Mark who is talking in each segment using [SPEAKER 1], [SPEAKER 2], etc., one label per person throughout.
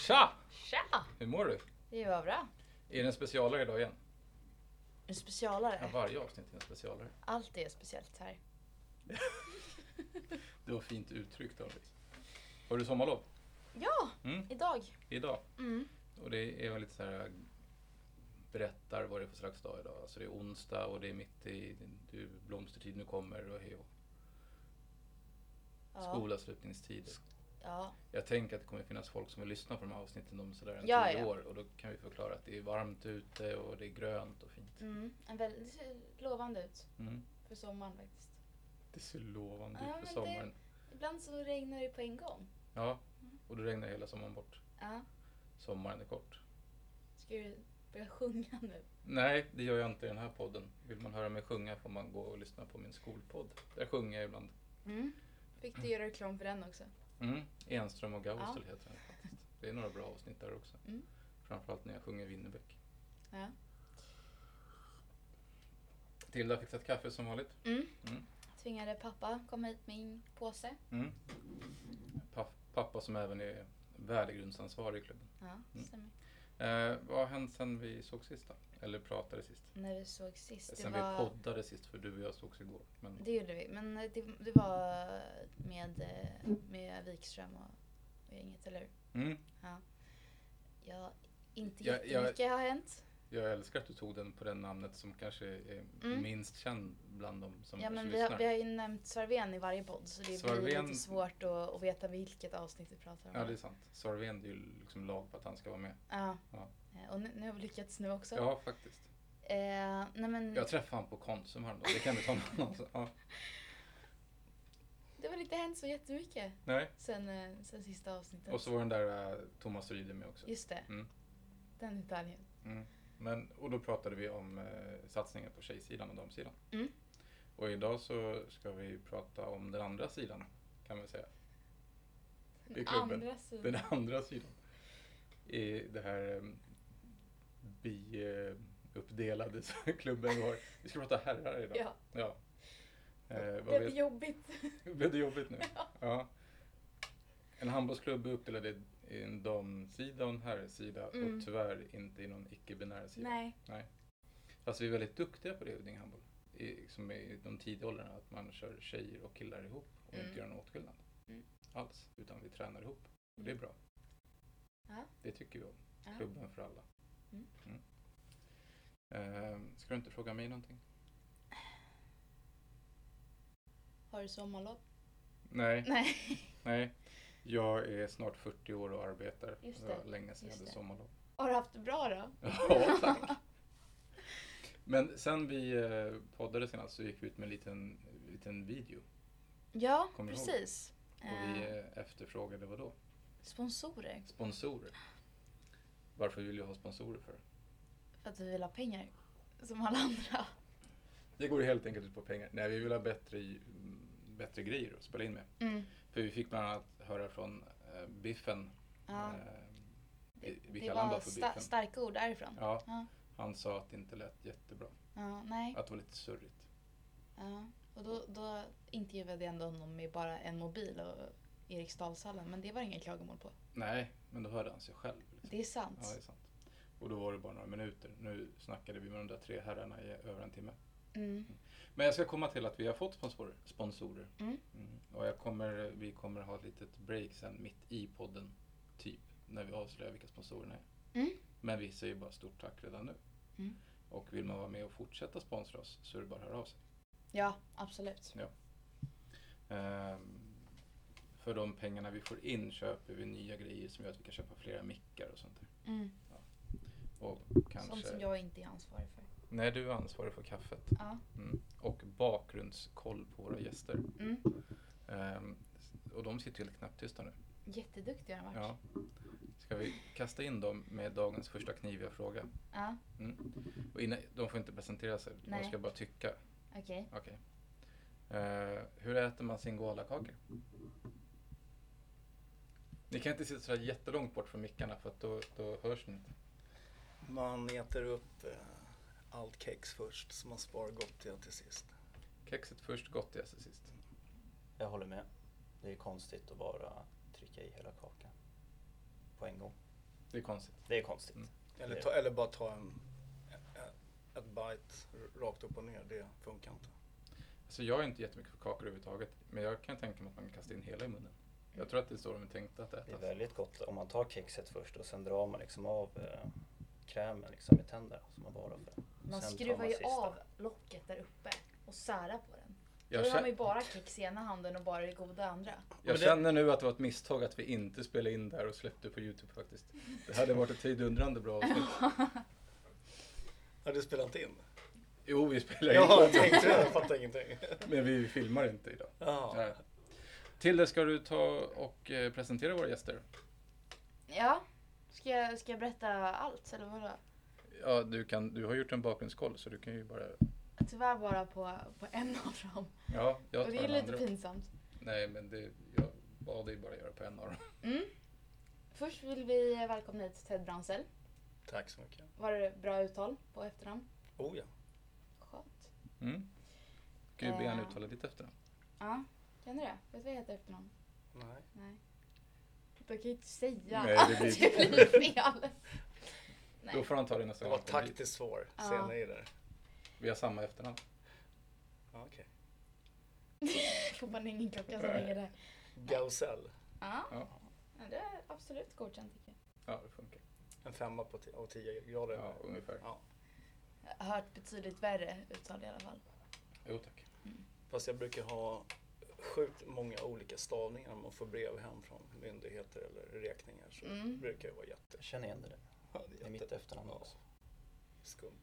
[SPEAKER 1] Tja!
[SPEAKER 2] Tja!
[SPEAKER 1] Hur mår du?
[SPEAKER 2] Det var bra.
[SPEAKER 1] Är det en specialare idag igen?
[SPEAKER 2] En specialare?
[SPEAKER 1] Ja, varje avsnitt är en specialare.
[SPEAKER 2] Allt är speciellt här.
[SPEAKER 1] Det var fint uttryckt av dig. Har du sommarlov?
[SPEAKER 2] Ja, idag.
[SPEAKER 1] Idag.
[SPEAKER 2] Mm.
[SPEAKER 1] Och det är väl lite så här, berättar vad det är för slags dag idag. Alltså det är onsdag och det är mitt i blomstertid nu kommer och hej och skolavslutningstider.
[SPEAKER 2] Ja.
[SPEAKER 1] Jag tänker att det kommer finnas folk som vill lyssna på de här avsnitten om sådär en 10 år. Och då kan vi förklara att det är varmt ute och det är grönt och fint.
[SPEAKER 2] En väldigt, det ser lovande ut
[SPEAKER 1] Mm.
[SPEAKER 2] för sommaren faktiskt.
[SPEAKER 1] Det ser lovande
[SPEAKER 2] Ja,
[SPEAKER 1] ut
[SPEAKER 2] men
[SPEAKER 1] för sommaren.
[SPEAKER 2] Ibland så regnar det på en gång.
[SPEAKER 1] Ja, och då regnar hela sommaren bort.
[SPEAKER 2] Ja.
[SPEAKER 1] Sommaren är kort.
[SPEAKER 2] Ska du börja sjunga nu?
[SPEAKER 1] Nej, det gör jag inte i den här podden. Vill man höra mig sjunga får man gå och lyssna på min skolpodd. Där sjunger jag ibland.
[SPEAKER 2] Fick du göra reklam för den också?
[SPEAKER 1] Enström och Gaustel heter den faktiskt. Det är några bra avsnitt där också. Framförallt när jag sjunger Winnerbäck.
[SPEAKER 2] Ja.
[SPEAKER 1] Tilda har fixat kaffe som vanligt.
[SPEAKER 2] Tvingade pappa komma hit med en påse.
[SPEAKER 1] Pappa som även är värdegrundsansvarig i klubben.
[SPEAKER 2] Ja, stämmer.
[SPEAKER 1] Vad har hänt sen vi såg sist då? Eller pratade sist?
[SPEAKER 2] När vi såg sist.
[SPEAKER 1] Sen vi poddade sist, för du och jag sågs igår. Men...
[SPEAKER 2] Det gjorde vi, men det var med Wikström och gänget, eller hur? Ja, inte jättemycket har hänt.
[SPEAKER 1] Jag älskar att du tog den på den namnet som kanske är minst känd bland dem som
[SPEAKER 2] men
[SPEAKER 1] lyssnar.
[SPEAKER 2] vi har ju nämnt Svarven i varje podd, så det blir lite svårt att veta vilket avsnitt vi pratar om.
[SPEAKER 1] Ja, det är sant. Svarven, det är ju liksom lag på att han ska vara med.
[SPEAKER 2] Ja. Och nu har vi lyckats nu också.
[SPEAKER 1] Ja, faktiskt. Jag träffade han på Konsum häromdagen. Det kan vi ta någon annan. Ja.
[SPEAKER 2] Det har inte hänt så jättemycket.
[SPEAKER 1] Nej.
[SPEAKER 2] Sen sista avsnittet.
[SPEAKER 1] Och så var den där Thomas Ryde med också.
[SPEAKER 2] Just det. Den detaljen.
[SPEAKER 1] Och då pratade vi om satsningen på tjejsidan och damsidan. Och idag så ska vi prata om den andra sidan, kan man säga. I klubben. Den andra sidan. I det här uppdelade klubben var. Vi ska prata herrar idag. Ja.
[SPEAKER 2] Blev det jobbigt?
[SPEAKER 1] Blev det jobbigt nu? Ja. En handbollsklubb är uppdelad i en damsida och en herrsida och tyvärr inte i någon icke-binär sida. Nej. Fast vi är väldigt duktiga på det i Huddinge handboll. Som i de tidiga åldrarna, att man kör tjejer och killar ihop och inte gör någon åtskillnad. Alls, utan vi tränar ihop. Och det är bra. Det tycker vi om. Klubben för alla. Ska du inte fråga mig någonting?
[SPEAKER 2] Har du sommarlov?
[SPEAKER 1] Nej. Jag är snart 40 år och arbetar.
[SPEAKER 2] Just det.
[SPEAKER 1] Det var länge sedan jag hade sommarlov.
[SPEAKER 2] Har du haft det bra då?
[SPEAKER 1] Ja, tack. Men sen vi poddade senast så gick vi ut med en liten video.
[SPEAKER 2] Ja, precis.
[SPEAKER 1] Och vi efterfrågade vad då?
[SPEAKER 2] Sponsorer.
[SPEAKER 1] Varför vill jag ha sponsorer för?
[SPEAKER 2] För att vi vill ha pengar, som alla andra.
[SPEAKER 1] Det går helt enkelt ut på pengar. Nej, vi vill ha bättre grejer att spela in med. För vi fick bland annat höra från Biffen. Vi kallar honom bara för Biffen.
[SPEAKER 2] Starka ord därifrån.
[SPEAKER 1] Ja. Han sa att det inte lät jättebra. Att det var lite surrigt.
[SPEAKER 2] Ja, och då intervjuade jag ändå honom med bara en mobil och Eriksdalshallen, men det var ingen klagomål på.
[SPEAKER 1] Nej, men då hörde han sig själv. Liksom.
[SPEAKER 2] Det är sant.
[SPEAKER 1] Ja, det är sant. Och då var det bara några minuter. Nu snackade vi med de där 3 herrarna i över en timme. Men jag ska komma till att vi har fått sponsorer. Och vi kommer ha ett litet break sen mitt i podden, typ, när vi avslöjar vilka sponsorerna är. Men vi säger bara stort tack redan nu. Och vill man vara med och fortsätta sponsra oss så är det bara att höra av sig.
[SPEAKER 2] Ja, absolut.
[SPEAKER 1] Ja. För de pengarna vi får in köper vi nya grejer som gör att vi kan köpa flera mickar och sånt där. Ja. Och kanske...
[SPEAKER 2] Sånt som jag inte är ansvarig för.
[SPEAKER 1] Nej, du är ansvarig för kaffet.
[SPEAKER 2] Ja.
[SPEAKER 1] Och bakgrundskoll på våra gäster. Och de sitter ju helt knäpptysta nu.
[SPEAKER 2] Jätteduktiga har de varit.
[SPEAKER 1] Ja. Ska vi kasta in dem med dagens första kniviga fråga?
[SPEAKER 2] Ja.
[SPEAKER 1] Och de får inte presentera sig. De ska bara tycka.
[SPEAKER 2] Okej.
[SPEAKER 1] Hur äter man sin gålakakor? Ni kan inte sitta så jättelångt bort från mickarna för att då hörs ni inte.
[SPEAKER 3] Man äter upp allt kex först så man sparar gottiga till sist.
[SPEAKER 1] Kexet först, gottiga till sist.
[SPEAKER 4] Jag håller med. Det är konstigt att bara trycka i hela kakan på en gång.
[SPEAKER 1] Det är konstigt.
[SPEAKER 4] Det är konstigt.
[SPEAKER 3] Eller bara ta ett bite rakt upp och ner. Det funkar inte.
[SPEAKER 1] Så jag är inte jättemycket för kakor överhuvudtaget. Men jag kan tänka mig att man kan kasta in hela i munnen. Jag tror att det är så de är tänkta att äta.
[SPEAKER 4] Det är väldigt gott om man tar kexet först och sen drar man liksom av krämen liksom i tänderna som man bara för.
[SPEAKER 2] Man skruvar ju av locket där uppe och särar på den. Då har man ju bara kex i ena handen och bara det goda andra.
[SPEAKER 1] Jag känner nu att det var ett misstag att vi inte spelade in där och släppte på YouTube faktiskt. Det hade varit ett vidundrande bra avsnitt.
[SPEAKER 3] Har du spelat in?
[SPEAKER 1] Jo, vi spelar in.
[SPEAKER 3] Ja, jag fattar ingenting.
[SPEAKER 1] Men vi filmar inte idag.
[SPEAKER 3] Ja.
[SPEAKER 1] Tilde, ska du ta och presentera våra gäster?
[SPEAKER 2] Ja. Ska jag berätta allt eller vadå?
[SPEAKER 1] Ja, du har gjort en bakgrundskoll så du kan ju bara...
[SPEAKER 2] Tyvärr bara på en av dem.
[SPEAKER 1] Ja, jag
[SPEAKER 2] och det är lite pinsamt.
[SPEAKER 1] Nej, men jag bad dig bara göra på en av dem.
[SPEAKER 2] Först vill vi välkomna hit Ted Bransell.
[SPEAKER 3] Tack så mycket.
[SPEAKER 2] Var det bra uttal på efternamn?
[SPEAKER 3] Oh ja.
[SPEAKER 2] Skönt.
[SPEAKER 1] Ska vi be han uttala ditt efternamn?
[SPEAKER 2] Ja, kan du det? Vet du vad jag heter efternamn?
[SPEAKER 3] Nej.
[SPEAKER 2] Jag kan ju inte säga.
[SPEAKER 1] Nej, det
[SPEAKER 2] blir fel.
[SPEAKER 1] Då får han ta det nästa
[SPEAKER 3] gång. Det var taktiskt svår. Se nej där.
[SPEAKER 1] Vi har samma efternamn.
[SPEAKER 3] Ja, okej.
[SPEAKER 2] Får man ingen klocka så länge det.
[SPEAKER 3] Gausell.
[SPEAKER 2] Ja, det är absolut godkänt tycker jag.
[SPEAKER 1] Ja, det funkar.
[SPEAKER 3] En 5 av 10 grader.
[SPEAKER 1] Ja, ungefär.
[SPEAKER 3] Ja.
[SPEAKER 2] Jag har hört betydligt värre uttal i alla fall.
[SPEAKER 1] Jo, tack.
[SPEAKER 3] Fast jag brukar ha sjukt många olika stavningar om man får brev hem från myndigheter eller räkningar. Så brukar det vara
[SPEAKER 4] Jag känner igen det där.
[SPEAKER 3] Ja,
[SPEAKER 4] det är mitt efternamn också.
[SPEAKER 3] Skumt.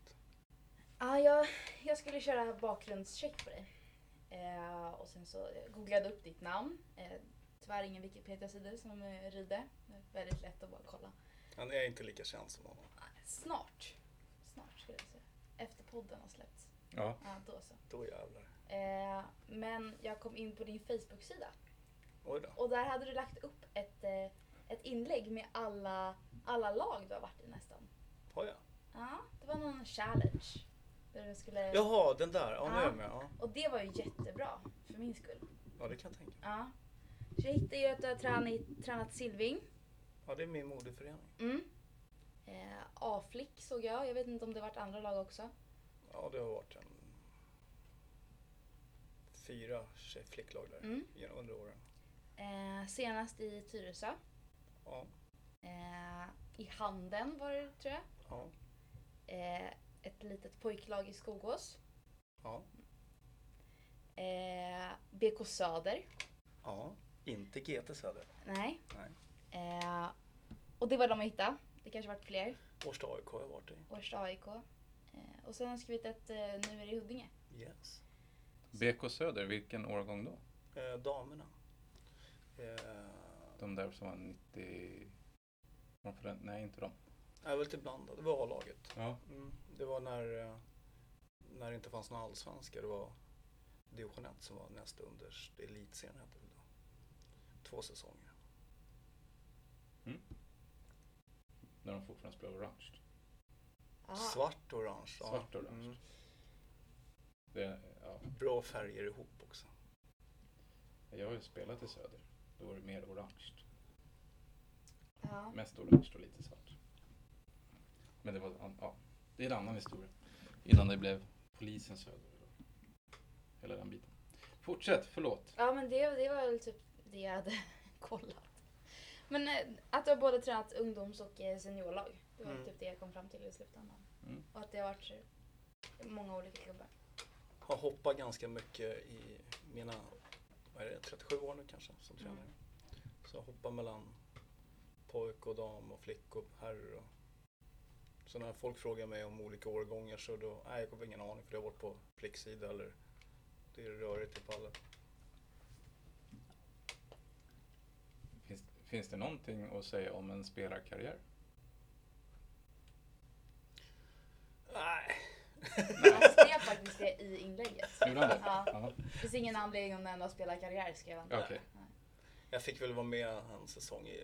[SPEAKER 2] Jag skulle köra bakgrundscheck på dig. Och sen så googlade upp ditt namn. Tyvärr ingen Wikipedia-sida som Ride. Väldigt lätt att bara kolla.
[SPEAKER 3] Han är inte lika känd som honom.
[SPEAKER 2] Snart skulle jag säga. Efter podden har släppts.
[SPEAKER 1] Ja.
[SPEAKER 2] Då så.
[SPEAKER 3] Då jävlar.
[SPEAKER 2] Men jag kom in på din Facebook-sida.
[SPEAKER 3] Oj då.
[SPEAKER 2] Och där hade du lagt upp ett inlägg med alla lag du har varit i nästan.
[SPEAKER 3] Har jag?
[SPEAKER 2] Ja, det var någon challenge. Där du skulle...
[SPEAKER 3] Jaha, den där. Ja, nu är jag med. Ja.
[SPEAKER 2] Och det var ju jättebra för min skull.
[SPEAKER 3] Ja, det kan jag tänka.
[SPEAKER 2] Ja. Så jag hittade ju att du har tränat silving.
[SPEAKER 3] Ja, det är min modeförening.
[SPEAKER 2] A-flick såg jag. Jag vet inte om det varit andra lag också.
[SPEAKER 3] Ja, det har varit 4 flicklag där under åren.
[SPEAKER 2] Senast i Tyresö.
[SPEAKER 3] Ja.
[SPEAKER 2] I Handen var det, tror jag.
[SPEAKER 3] Ja.
[SPEAKER 2] Ett litet pojklag i Skogås.
[SPEAKER 3] Ja.
[SPEAKER 2] BK Söder.
[SPEAKER 3] Ja, inte GT Söder.
[SPEAKER 2] Nej. Och det var de jag hittade. Det kanske varit fler.
[SPEAKER 3] Årsta AIK har jag varit i.
[SPEAKER 2] Årsta AIK. Och sen har jag skrivit att nu är det i Huddinge.
[SPEAKER 3] Yes.
[SPEAKER 1] BK Söder, vilken årgång då?
[SPEAKER 3] Damerna.
[SPEAKER 1] De där som var 90... Nej, inte de.
[SPEAKER 3] Jag var lite blandad. Det var A-laget.
[SPEAKER 1] Ja.
[SPEAKER 3] Det var när det inte fanns någon allsvenska. Det var division 1 som var näst underst. Elitserien hette det då. 2 säsonger.
[SPEAKER 1] När de fortfarande spelar orange.
[SPEAKER 3] Svart och orange.
[SPEAKER 1] Svart och orange.
[SPEAKER 3] Bra färger ihop också.
[SPEAKER 1] Jag har ju spelat i Söder. Då var det mer orange.
[SPEAKER 2] Ja.
[SPEAKER 1] Mest orange och lite svart. Men det var, det är en annan historia. Innan det blev polisen Söder. Hela den biten. Fortsätt, förlåt.
[SPEAKER 2] Ja, men det var väl typ det jag hade kollat. Men att du har både tränat ungdoms- och seniorlag. Det var typ det jag kom fram till i slutändan. Och att det har varit många olika klubbar.
[SPEAKER 3] Har hoppat ganska mycket i mina 37 år nu kanske som tränare. Så jag hoppar mellan pojk och dam och flick och herr. Så när folk frågar mig om olika årgångar så då, jag har ingen aning för det har varit på flicksida eller det är rörigt i pallen.
[SPEAKER 1] Finns det någonting att säga om en spelarkarriär?
[SPEAKER 3] Nej.
[SPEAKER 2] Jag skrev faktiskt det i inlägget.
[SPEAKER 1] Ja.
[SPEAKER 2] Det finns ingen anledning om den att spela karriär, skrev han.
[SPEAKER 1] Okay.
[SPEAKER 3] Jag fick väl vara med en säsong i...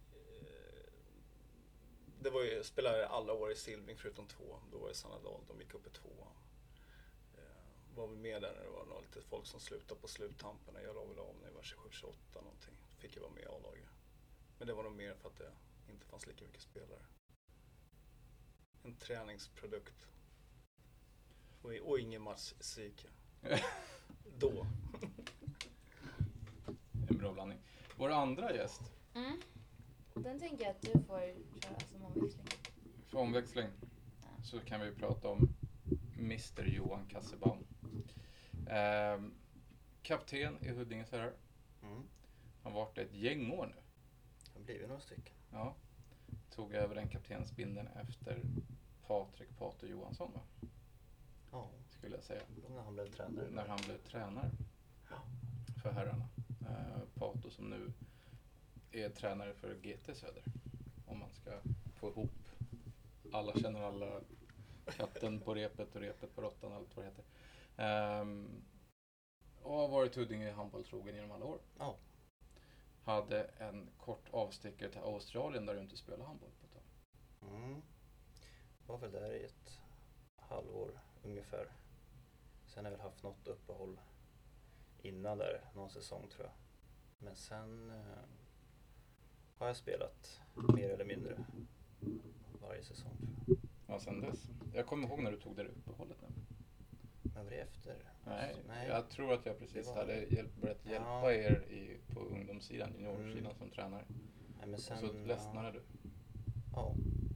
[SPEAKER 3] Det var ju, spelade alla år i silving förutom 2. Då var det Sannadal, de gick upp i 2. Var väl med där när det var lite folk som slutade på sluttamperna. Jag la väl av när jag var 27-28 någonting. Fick jag vara med i A-laget. Men det var nog mer för att det inte fanns lika mycket spelare. En träningsprodukt. Och ingen matchpsyke. Då.
[SPEAKER 1] En bra blandning. Vår andra gäst.
[SPEAKER 2] Den tänker jag att du får köra som omväxling.
[SPEAKER 1] För omväxling så kan vi prata om Mr. Johan Kassebaum. Kapten i Huddinges herrar. Han har varit ett gäng år nu.
[SPEAKER 4] Det har blivit några stycken.
[SPEAKER 1] Ja. Tog över den kaptensbindeln efter Patrik Pato Johansson, va?
[SPEAKER 4] Ja.
[SPEAKER 1] Skulle jag säga.
[SPEAKER 4] När han blev tränare.
[SPEAKER 1] När han blev tränare för herrarna. Pato som nu är tränare för GT Söder. Om man ska få ihop alla känner alla, katten på repet och repet på råttan, allt vad det heter. Och har varit Huddinge handbollstrogen genom alla år.
[SPEAKER 4] Ja.
[SPEAKER 1] Hade en kort avstickare till Australien där du inte spelade handboll på ett tag.
[SPEAKER 4] Var väl där i ett halvår ungefär. Sen har jag väl haft något uppehåll innan där, någon säsong tror jag. Men sen har jag spelat mer eller mindre varje säsong tror jag.
[SPEAKER 1] Ja, sen dess. Jag kommer ihåg när du tog det uppehållet nu.
[SPEAKER 4] Men var det efter?
[SPEAKER 1] Nej, jag tror att jag precis hade börjat hjälpa er på ungdomssidan, juniorsidan som tränare.
[SPEAKER 4] Nej, men sen,
[SPEAKER 1] och så ledsnade du.
[SPEAKER 4] Ja.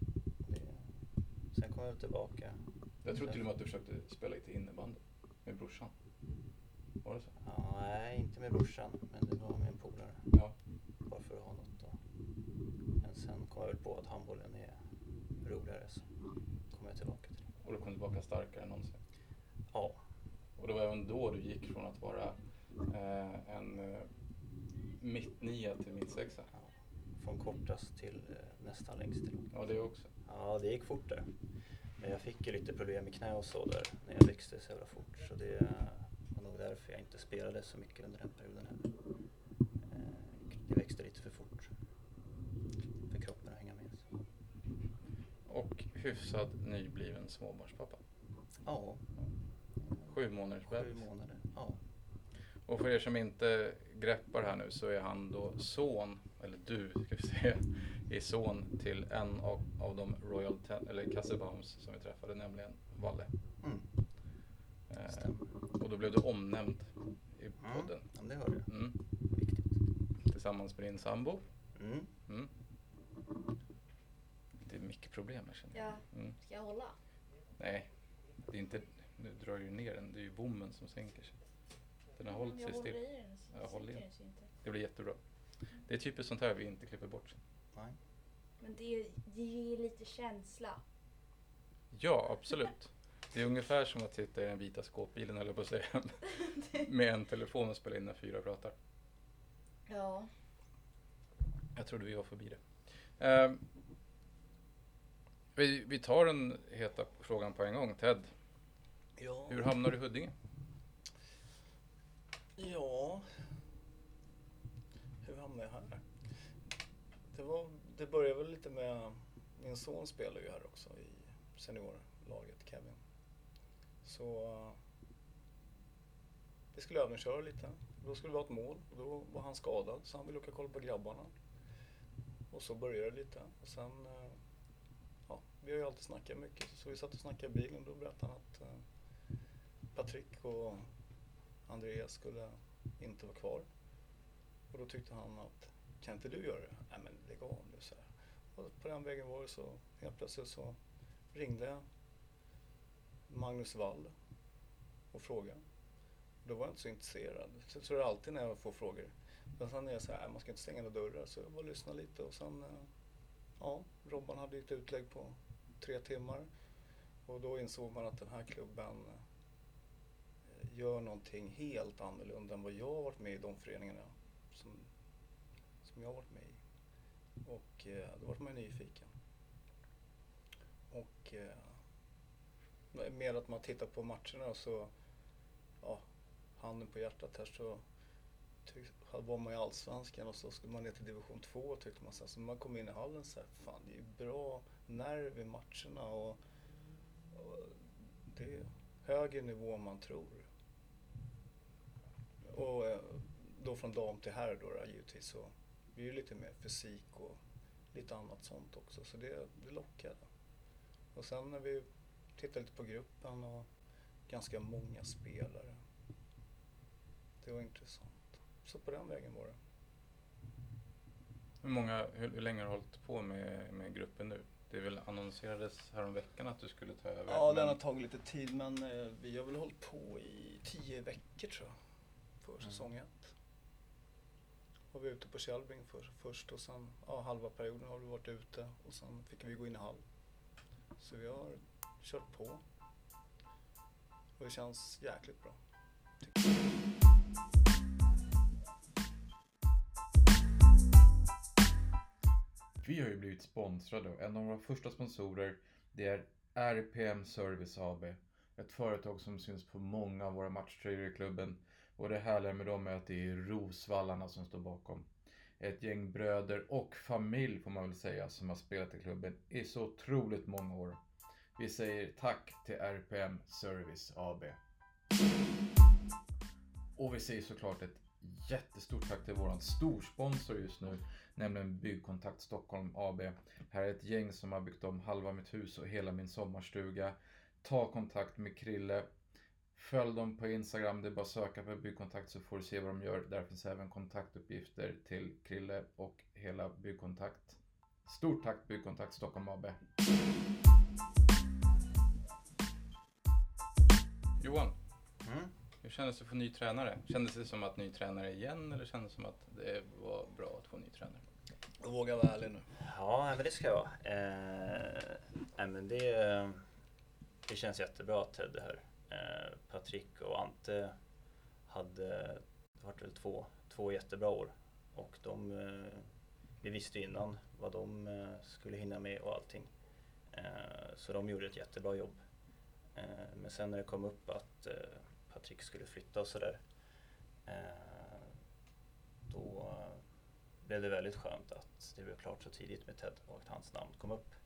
[SPEAKER 4] Sen kom jag tillbaka.
[SPEAKER 1] Jag tror till och med att du försökte spela lite innebandy med brorsan. Var det så?
[SPEAKER 4] Ja, nej, inte med brorsan, men det var med en polare.
[SPEAKER 1] Ja.
[SPEAKER 4] Bara för att ha något då. Men sen kom jag väl på att handbollen är roligare, så kom jag tillbaka till det.
[SPEAKER 1] Och du kom tillbaka starkare än någonsin.
[SPEAKER 4] Ja.
[SPEAKER 1] Och det var även då du gick från att vara en mittnia till mittsexa.
[SPEAKER 4] Ja. Från kortast till nästan längst till.
[SPEAKER 1] Ja, det också.
[SPEAKER 4] Ja, det gick fort där. Men jag fick ju lite problem i knä och så där när jag växte så jävla fort. Så det var nog därför jag inte spelade så mycket under den perioden heller. Det växte lite för fort för kroppen att hänga med. Så.
[SPEAKER 1] Och hyfsad nybliven småbarnspappa.
[SPEAKER 4] Ja.
[SPEAKER 1] 7 månaders bebis.
[SPEAKER 4] 7 månader, ja.
[SPEAKER 1] Och för er som inte greppar här nu så är han då son, eller du ska vi säga, är son till en av de Royal eller Kassebaums som vi träffade, nämligen Valle. Och då blev du omnämnd i podden.
[SPEAKER 4] Ja, det var det.
[SPEAKER 1] Viktigt. Tillsammans med din sambo. Det är mycket problem här, känner jag.
[SPEAKER 2] Ja, ska jag hålla?
[SPEAKER 1] Nej, det är inte, nu drar ju ner den, det är ju bommen som sänker sig. Den har hållit sig still. Jag håller i den. Det blir jättebra. Det är typiskt sånt här vi inte klipper bort sen.
[SPEAKER 4] Nej.
[SPEAKER 2] Men det ger lite känsla.
[SPEAKER 1] Ja, absolut. Det är ungefär som att titta i den vita skåpbilen eller på att säga med en telefon och spela in när 4 pratar.
[SPEAKER 2] Ja.
[SPEAKER 1] Jag trodde vi var förbi det. Vi tar den heta frågan på en gång. Ted,
[SPEAKER 3] Ja.
[SPEAKER 1] hur hamnar du i Huddinge?
[SPEAKER 3] Ja, hur hamnade jag här? Det började väl lite med, min son spelar ju här också i seniorlaget, Kevin. Så vi skulle övningsköra lite. Då skulle vi ha ett mål och då var han skadad så han ville åka kolla på grabbarna. Och så började det lite och sen, vi har ju alltid snackat mycket så vi satt och snackade i bilen och då berättade han att Patrik och Andreas skulle inte vara kvar. Och då tyckte han att, kan inte du göra det? Nej men lägg av nu så här. Och på den vägen var det så, helt plötsligt så ringde jag Magnus Wall och frågade. Då var jag inte så intresserad. Så är det alltid när jag får frågor. Men sen är jag så här, man ska inte stänga några dörrar. Så jag bara lyssnade lite och sen, Robban hade ett utlägg på 3 timmar. Och då insåg man att den här klubben gör någonting helt annorlunda än vad jag har varit med i de föreningarna som jag har varit med i. Och då var man nyfiken. Och med att man tittar på matcherna så, handen på hjärtat här så var man i Allsvenskan och så skulle man ner till division 2 tyckte man så här. Så man kom in i hallen så här, fan det är ju bra nerv i matcherna och det är högre nivå än man tror. Och då från dam till herr då givetvis så blir det lite mer fysik och lite annat sånt också. Så det lockade. Och sen när vi tittade lite på gruppen och ganska många spelare. Det var intressant. Så på den vägen var det.
[SPEAKER 1] Hur länge har du hållit på med gruppen nu? Det väl annonserades häromveckan att du skulle ta över.
[SPEAKER 3] Ja, den har tagit lite tid, men vi har väl hållit på i 10 veckor tror jag. För säsong 1. Var vi ute på Kjellbring först och sen halva perioden har vi varit ute och sen fick vi gå in i halv. Så vi har kört på. Och det känns jäkligt bra.
[SPEAKER 1] Vi har ju blivit sponsrade och en av våra första sponsorer det är RPM Service AB. Ett företag som syns på många av våra matchtröjor i klubben. Och det härliga med dem är att det är Rosvallarna som står bakom. Ett gäng bröder och familj får man väl säga som har spelat i klubben i så otroligt många år. Vi säger tack till RPM Service AB. Och vi säger såklart ett jättestort tack till våran storsponsor just nu, nämligen Byggkontakt Stockholm AB. Här är ett gäng som har byggt om halva mitt hus och hela min sommarstuga. Ta kontakt med Krille. Följ dem på Instagram, det är bara att söka på Byggkontakt så får du se vad de gör. Där finns även kontaktuppgifter till Krille och hela Byggkontakt. Stort tack Byggkontakt Stockholm AB. Johan, hur kändes det för ny tränare? Kändes det som att ny tränare igen eller kändes det som att det var bra att få ny tränare?
[SPEAKER 3] Jag vågar vara ärlig nu.
[SPEAKER 4] Ja, men det ska jag vara. Men det känns jättebra att Ted är här. Patrik och Ante hade varit väl två jättebra år och vi visste innan vad de skulle hinna med och allting. Så de gjorde ett jättebra jobb. Men sen när det kom upp att Patrik skulle flytta och sådär, då blev det väldigt skönt att det blev klart så tidigt med Ted och att hans namn kom upp.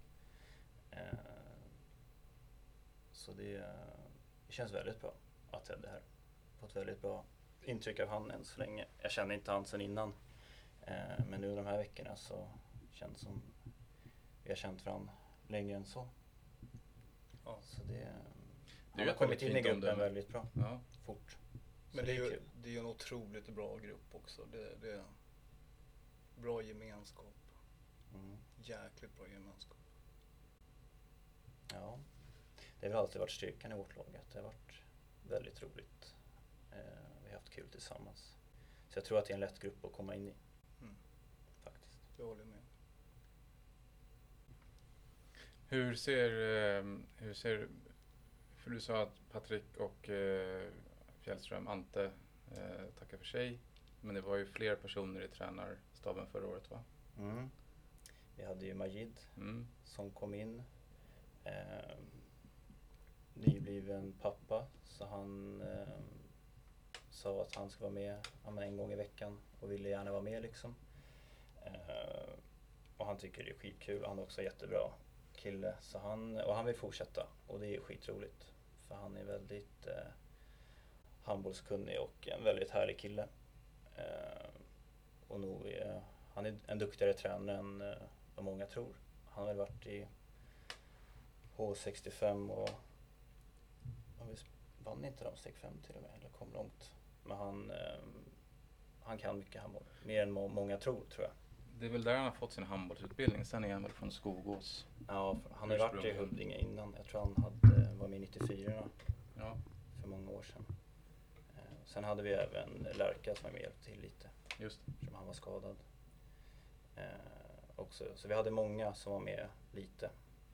[SPEAKER 4] Så det känns väldigt bra att Ted är här. Fått väldigt bra intryck av han än så länge. Jag känner inte han sen innan. Men nu de här veckorna så känns som vi har känt varandra längre än så.
[SPEAKER 3] Ja.
[SPEAKER 4] Så det
[SPEAKER 1] har
[SPEAKER 4] kommit in i gruppen väldigt bra.
[SPEAKER 1] Ja.
[SPEAKER 4] Fort.
[SPEAKER 3] Men det är ju en otroligt bra grupp också. Det är bra gemenskap. Jäkligt bra gemenskap.
[SPEAKER 4] Ja. Det har väl alltid varit styrkan i vårt lag. Att det har varit väldigt roligt. Vi har haft kul tillsammans. Så jag tror att det är en lätt grupp att komma in i. Faktiskt.
[SPEAKER 3] Jag håller med.
[SPEAKER 1] Hur ser för du sa att Patrik och Fjällström, Ante tackar för sig. Men det var ju fler personer i tränarstaben förra året va?
[SPEAKER 4] Vi hade ju Majid som kom in. Nybliven pappa, så han sa att han ska vara med en gång i veckan och ville gärna vara med liksom. Och han tycker det är skitkul, han är också jättebra kille, så han vill fortsätta och det är skitroligt för han är väldigt handbollskunnig och en väldigt härlig kille. Och nog han är en duktigare tränare än vad många tror. Han har väl varit i H65 och vann inte de steg 5 till och med, eller kom långt. Men han kan mycket handboll, mer än många tror jag.
[SPEAKER 1] Det är väl där han har fått sin handbollsutbildning, sen är han väl från Skogås.
[SPEAKER 4] Ja, han har varit i Huddinge innan, jag tror han var med i 94 för många år sedan. Sen hade vi även Lärka som var med och hjälpte till lite,
[SPEAKER 1] just
[SPEAKER 4] som han var skadad. Också. Så vi hade många som var med lite.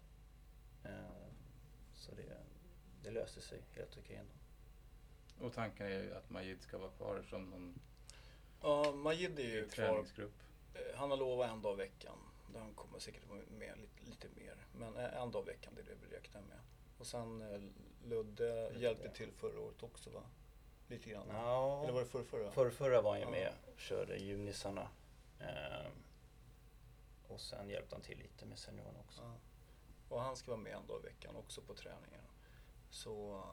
[SPEAKER 4] Så det löste sig helt okej ändå.
[SPEAKER 1] Och tanken är ju att Majid ska vara kvar som någon
[SPEAKER 3] Majid är ju
[SPEAKER 1] träningsgrupp.
[SPEAKER 3] Han har lovat en dag i veckan. Han kommer säkert vara med lite mer. Men en dag i veckan, det är det vi räknar med. Och sen Ludde hjälpte till förra året också va? Lite grann.
[SPEAKER 4] Ja,
[SPEAKER 3] eller var det
[SPEAKER 4] förra var han med och körde junisarna. Och sen hjälpte han till lite med seniorerna också.
[SPEAKER 3] Ja. Och han ska vara med en dag i veckan också på träningarna. Så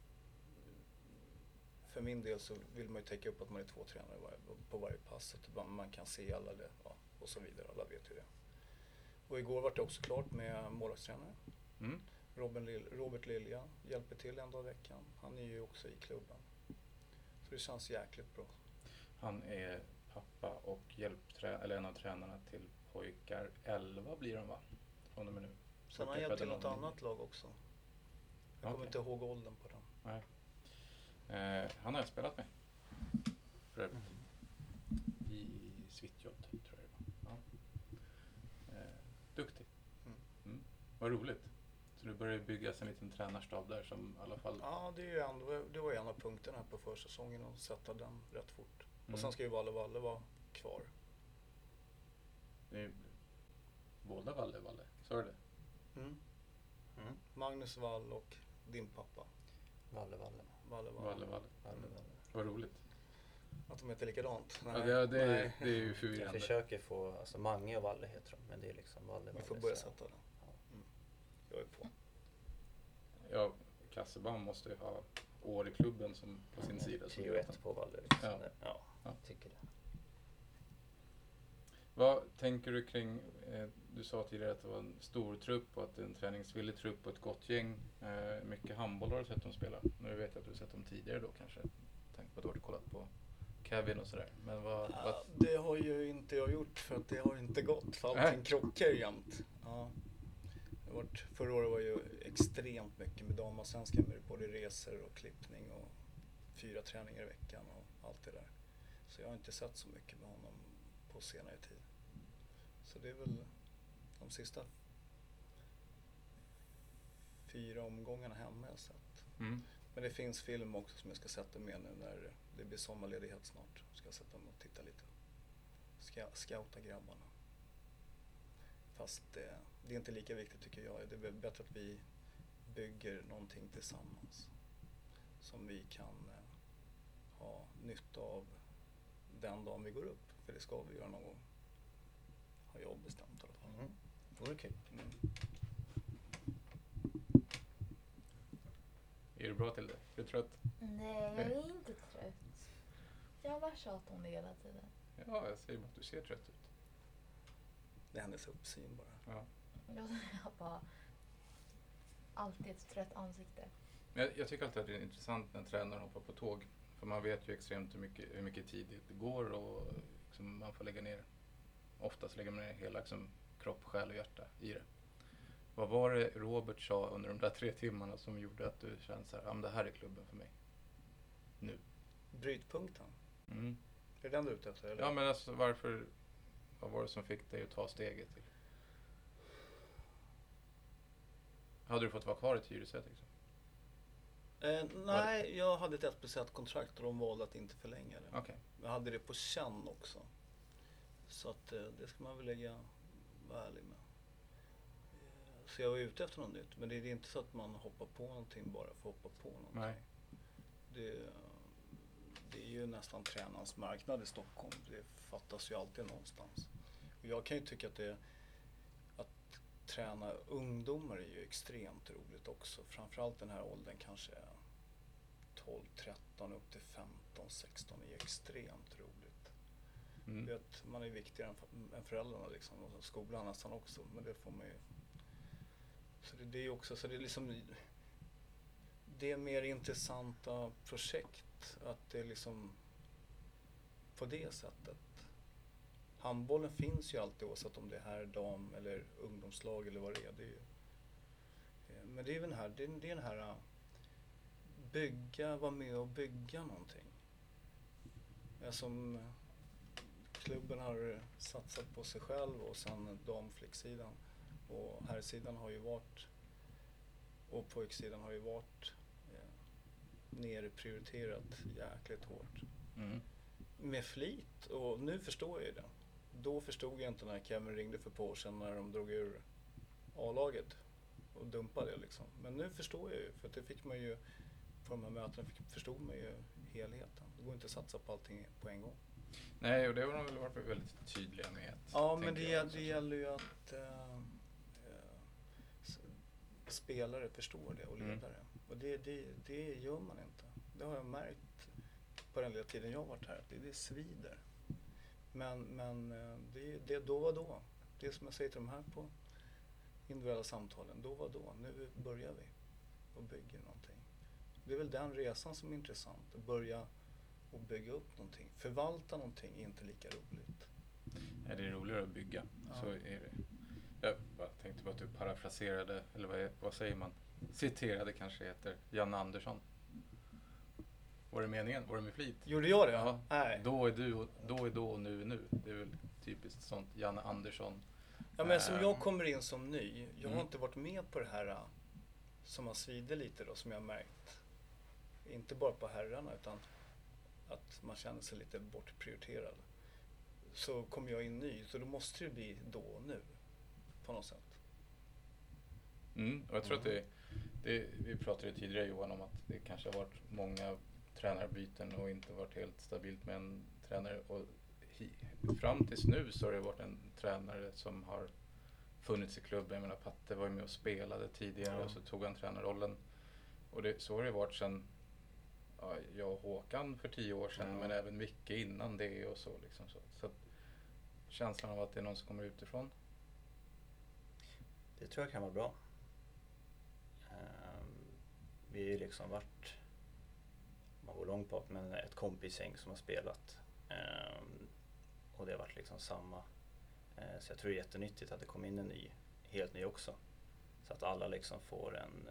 [SPEAKER 3] för min del så vill man ju täcka upp att man är 2 tränare på varje pass. Så att man kan se alla det och så vidare. Alla vet ju det. Och igår var det också klart med målvaktstränare.
[SPEAKER 1] Mm.
[SPEAKER 3] Robert Lilja hjälper till en dag i veckan. Han är ju också i klubben. Så det känns jäkligt bra.
[SPEAKER 1] Han är pappa och eller en av tränarna till pojkar 11 blir de, va? Från och med nu.
[SPEAKER 3] Sen har han hjälpt till något annat lag också. Jag kommer inte ihåg åldern på den.
[SPEAKER 1] Nej. Han har jag spelat med. För övrigt. I Svitjod, tror jag det var. Ja. Duktig. Vad roligt. Så du börjar bygga en liten tränarstab där som i alla fall...
[SPEAKER 3] Ja, det var en av punkterna här på försäsongen att sätta den rätt fort. Och sen ska ju Valle vara kvar.
[SPEAKER 1] Det är båda Valle, sa du det?
[SPEAKER 3] Magnus Wall och din pappa.
[SPEAKER 4] Valle.
[SPEAKER 1] Vad roligt.
[SPEAKER 3] Att de heter likadant.
[SPEAKER 1] Nej. Ja, det är ju förvirrande.
[SPEAKER 4] Jag försöker få, alltså Mange och Valle heter de, men det är liksom Valle.
[SPEAKER 3] Vi får börja sätta den. Jag är på.
[SPEAKER 1] Ja, Kassebaum måste ju ha år i klubben som på sin sida.
[SPEAKER 4] 10-1 på Valle. Liksom. Ja, tycker det.
[SPEAKER 1] Vad tänker du kring, du sa tidigare att det var en stor trupp och att det är en träningsvillig trupp och ett gott gäng. Mycket handboll har du sett dem spela. Nu vet jag att du har sett dem tidigare då kanske. Tänk på att du har kollat på Kevin och sådär. Men
[SPEAKER 3] det har ju inte jag gjort för att det har inte gått. För allting krockar jämt. Ja. Förra året var ju extremt mycket med damallsvenskan med både resor och klippning och 4 träningar i veckan och allt det där. Så jag har inte sett så mycket med honom på senare tid. Så det är väl de sista 4 omgångarna hemma jag sett. Men det finns film också som jag ska sätta med nu när det blir sommarledighet snart. Ska jag sätta mig och titta lite. Scouta grabbarna. Fast det är inte lika viktigt tycker jag. Det är bättre att vi bygger någonting tillsammans. Som vi kan ha nytta av den dagen vi går upp. För det ska vi göra någon gång. Har jag bestämt i alla fall.
[SPEAKER 4] Det vore kul.
[SPEAKER 1] Är du bra till det? Är du trött?
[SPEAKER 2] Nej, jag är inte trött. Jag bara tjatar om det hela tiden.
[SPEAKER 1] Ja, jag säger bara att du ser trött ut.
[SPEAKER 3] Det är hennes uppsyn bara.
[SPEAKER 1] Ja.
[SPEAKER 2] Jag har bara alltid ett trött ansikte.
[SPEAKER 1] Jag tycker alltid att det är intressant när tränaren hoppar på tåg. För man vet ju extremt hur mycket tid det går och liksom man får lägga ner. Oftast lägger man ner hela liksom, kropp, själ och hjärta i det. Vad var det Robert sa under de där 3 timmarna som gjorde att du kände så här, ja men det här är klubben för mig. Nu.
[SPEAKER 3] Brytpunkten? Är det den du är ute efter? Eller?
[SPEAKER 1] Ja men alltså vad var det som fick dig att ta steget till? Hade du fått vara kvar i Tyresö liksom?
[SPEAKER 3] Nej, jag hade ett speciellt kontrakt och de valde att inte förlänga det.
[SPEAKER 1] Okay.
[SPEAKER 3] Jag hade det på känn också. Så att det ska man väl vara ärlig med. Så jag var ute efter något nytt. Men det är inte så att man hoppar på någonting bara för att hoppa på någonting.
[SPEAKER 1] Nej.
[SPEAKER 3] Det är ju nästan tränarens marknad i Stockholm. Det fattas ju alltid någonstans. Och jag kan ju tycka att träna ungdomar är ju extremt roligt också. Framförallt den här åldern kanske 12, 13 upp till 15, 16 är ju extremt roligt. Vet, man är viktigare än föräldrarna liksom. Och skolan nästan också. Men det får man ju. Så det är också, så det är liksom. Det är mer intressanta projekt. Att det är liksom på det sättet. Handbollen finns ju alltid oavsett om det är här dam eller ungdomslag eller vad det är. Men det är den här vara med och bygga någonting. Som klubben har satsat på sig själv och sen damflicksidan och herrsidan har ju varit och pojksidan har ju varit nerprioriterat jäkligt hårt. Med flit och nu förstår jag det. Då förstod jag inte när Kevin ringde för på år sedan när de drog ur A-laget och dumpade det liksom. Men nu förstår jag ju för att det fick man ju på de här mötena förstod man ju helheten. Det går inte att satsa på allting på en gång.
[SPEAKER 1] Nej, och det har de väl varit väldigt tydliga med.
[SPEAKER 3] Ja, men det gäller ju att spelare förstår det och ledare. Och det gör man inte. Det har jag märkt på den lilla tiden jag har varit här. Det svider. Men det då var då. Det är som jag säger till de här på individuella samtalen. Då. Nu börjar vi och bygger någonting. Det är väl den resan som är intressant. Att börja och bygga upp någonting. Förvalta någonting är inte lika roligt.
[SPEAKER 1] Är det roligare att bygga? Ja. Så är det. Jag bara tänkte på att du parafraserade, eller vad säger man? Citerade kanske heter Janne Andersson. Var det meningen? Var det med flit?
[SPEAKER 3] Gjorde jag det?
[SPEAKER 1] Ja.
[SPEAKER 3] Nej.
[SPEAKER 1] Då är då och nu är nu. Det är väl typiskt sånt Janne Andersson.
[SPEAKER 3] Ja, men som jag kommer in som ny. Jag har inte varit med på det här som har svider lite då, som jag har märkt. Inte bara på herrarna, utan att man känner sig lite bortprioriterad. Så kommer jag in ny, så då måste det bli då och nu. På något sätt.
[SPEAKER 1] Och jag tror att vi pratade tidigare, Johan, om att det kanske har varit många tränarbyten och inte varit helt stabilt med en tränare. Och fram tills nu så har det varit en tränare som har funnits i klubben. Jag menar, Patte var ju med och spelade tidigare och så tog han tränarrollen. Och så har det varit sedan jag och Håkan för 10 år sedan, men även Micke innan det och så. Liksom så att känslan av att det är någon som kommer utifrån.
[SPEAKER 4] Det tror jag kan vara bra. Vi har ju liksom varit, man går långt bak, men ett kompisgäng som har spelat. Och det har varit liksom samma. Så jag tror det är jättenyttigt att det kommer in en helt ny också. Så att alla liksom får en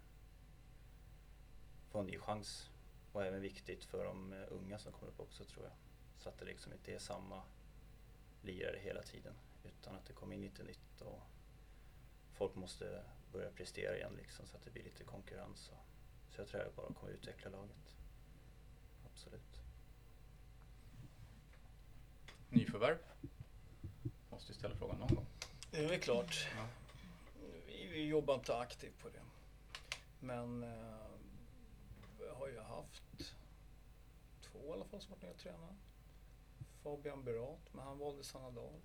[SPEAKER 4] ny chans. Och även viktigt för de unga som kommer upp också, tror jag. Så att det liksom inte är samma lirare hela tiden. Utan att det kommer in lite nytt och folk måste börja prestera igen liksom, så att det blir lite konkurrens. Så jag tror att det bara kommer utveckla laget. Absolut.
[SPEAKER 1] Nyförvärv? Måste ju ställa frågan någon gång.
[SPEAKER 3] Det är väl klart. Ja. Vi jobbar inte aktivt på det. Men vi har ju haft 2 i alla fall som varit nya tränare. Fabian Berat, men han valde Sanna Dahl.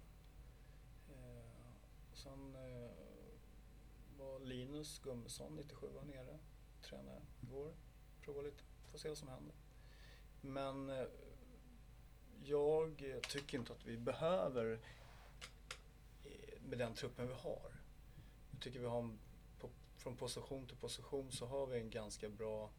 [SPEAKER 3] Sen var Linus Gummesson 97 nere, tränare igår. Prova lite, får se vad som händer. Men jag tycker inte att vi behöver, med den truppen vi har. Jag tycker vi har från position till position så har vi en ganska bra